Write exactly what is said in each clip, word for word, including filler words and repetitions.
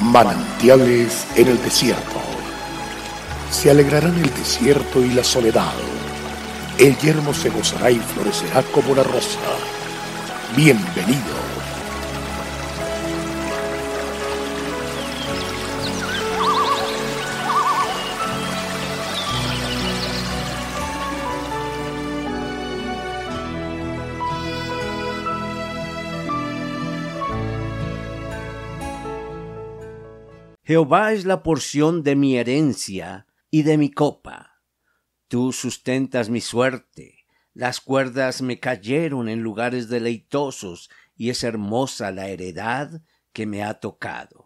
Manantiales en el desierto. Se alegrarán el desierto y la soledad. El yermo se gozará y florecerá como la rosa. Bienvenido. Jehová es la porción de mi herencia y de mi copa. Tú sustentas mi suerte. Las cuerdas me cayeron en lugares deleitosos, y es hermosa la heredad que me ha tocado.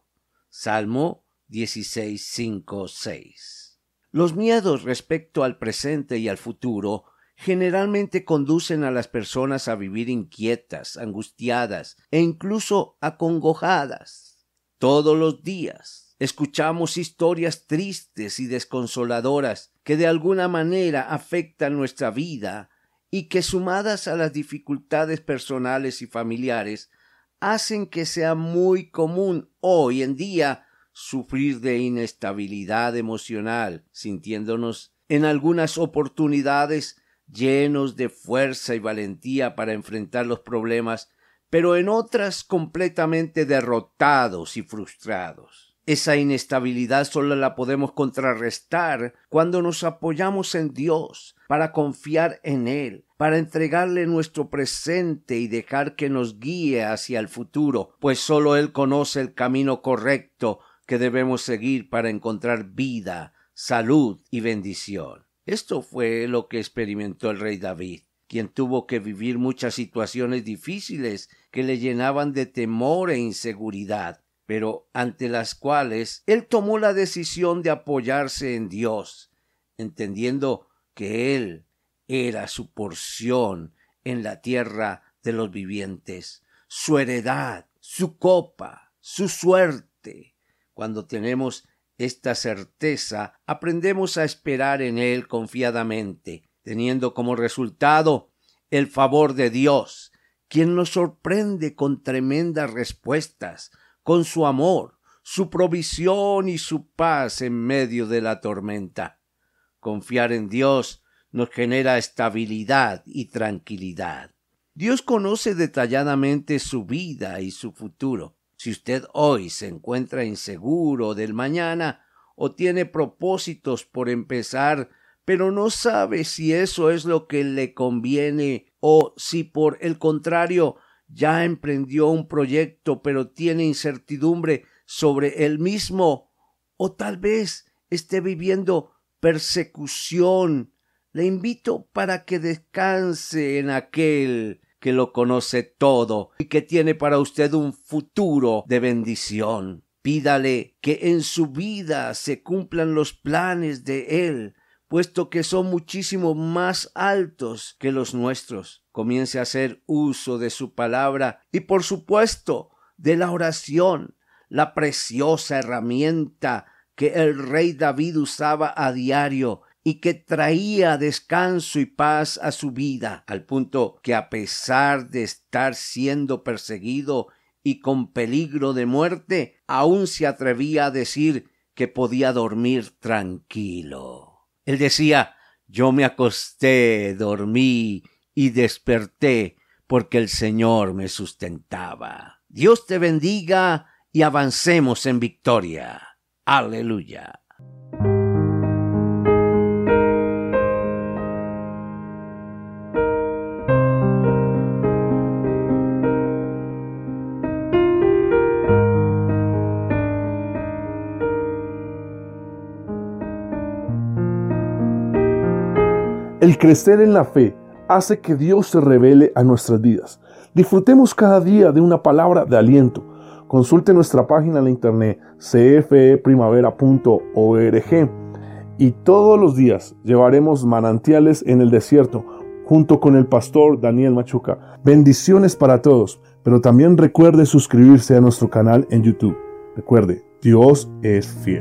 Salmo dieciséis, cinco, seis. Los miedos respecto al presente y al futuro generalmente conducen a las personas a vivir inquietas, angustiadas e incluso acongojadas. Todos los días escuchamos historias tristes y desconsoladoras que de alguna manera afectan nuestra vida y que, sumadas a las dificultades personales y familiares, hacen que sea muy común hoy en día sufrir de inestabilidad emocional, sintiéndonos en algunas oportunidades llenos de fuerza y valentía para enfrentar los problemas, pero en otras completamente derrotados y frustrados. Esa inestabilidad solo la podemos contrarrestar cuando nos apoyamos en Dios para confiar en Él, para entregarle nuestro presente y dejar que nos guíe hacia el futuro, pues solo Él conoce el camino correcto que debemos seguir para encontrar vida, salud y bendición. Esto fue lo que experimentó el rey David, quien tuvo que vivir muchas situaciones difíciles que le llenaban de temor e inseguridad, pero ante las cuales él tomó la decisión de apoyarse en Dios, entendiendo que Él era su porción en la tierra de los vivientes, su heredad, su copa, su suerte. Cuando tenemos esta certeza, aprendemos a esperar en Él confiadamente, teniendo como resultado el favor de Dios, quien nos sorprende con tremendas respuestas, con su amor, su provisión y su paz en medio de la tormenta. Confiar en Dios nos genera estabilidad y tranquilidad. Dios conoce detalladamente su vida y su futuro. Si usted hoy se encuentra inseguro del mañana o tiene propósitos por empezar, pero no sabe si eso es lo que le conviene o si por el contrario ya emprendió un proyecto pero tiene incertidumbre sobre el mismo, o tal vez esté viviendo persecución, le invito para que descanse en aquel que lo conoce todo y que tiene para usted un futuro de bendición. Pídale que en su vida se cumplan los planes de Él, puesto que son muchísimo más altos que los nuestros. Comience a hacer uso de su palabra y, por supuesto, de la oración, la preciosa herramienta que el rey David usaba a diario y que traía descanso y paz a su vida, al punto que, a pesar de estar siendo perseguido y con peligro de muerte, aún se atrevía a decir que podía dormir tranquilo. Él decía: yo me acosté, dormí y desperté porque el Señor me sustentaba. Dios te bendiga y avancemos en victoria. Aleluya. El crecer en la fe hace que Dios se revele a nuestras vidas. Disfrutemos cada día de una palabra de aliento. Consulte nuestra página en la internet c f e primavera punto org y todos los días llevaremos manantiales en el desierto junto con el pastor Daniel Machuca. Bendiciones para todos, pero también recuerde suscribirse a nuestro canal en YouTube. Recuerde, Dios es fiel.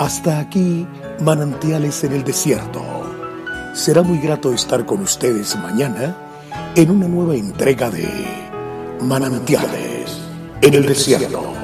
Hasta aquí, Manantiales en el Desierto. Será muy grato estar con ustedes mañana en una nueva entrega de Manantiales en el Desierto.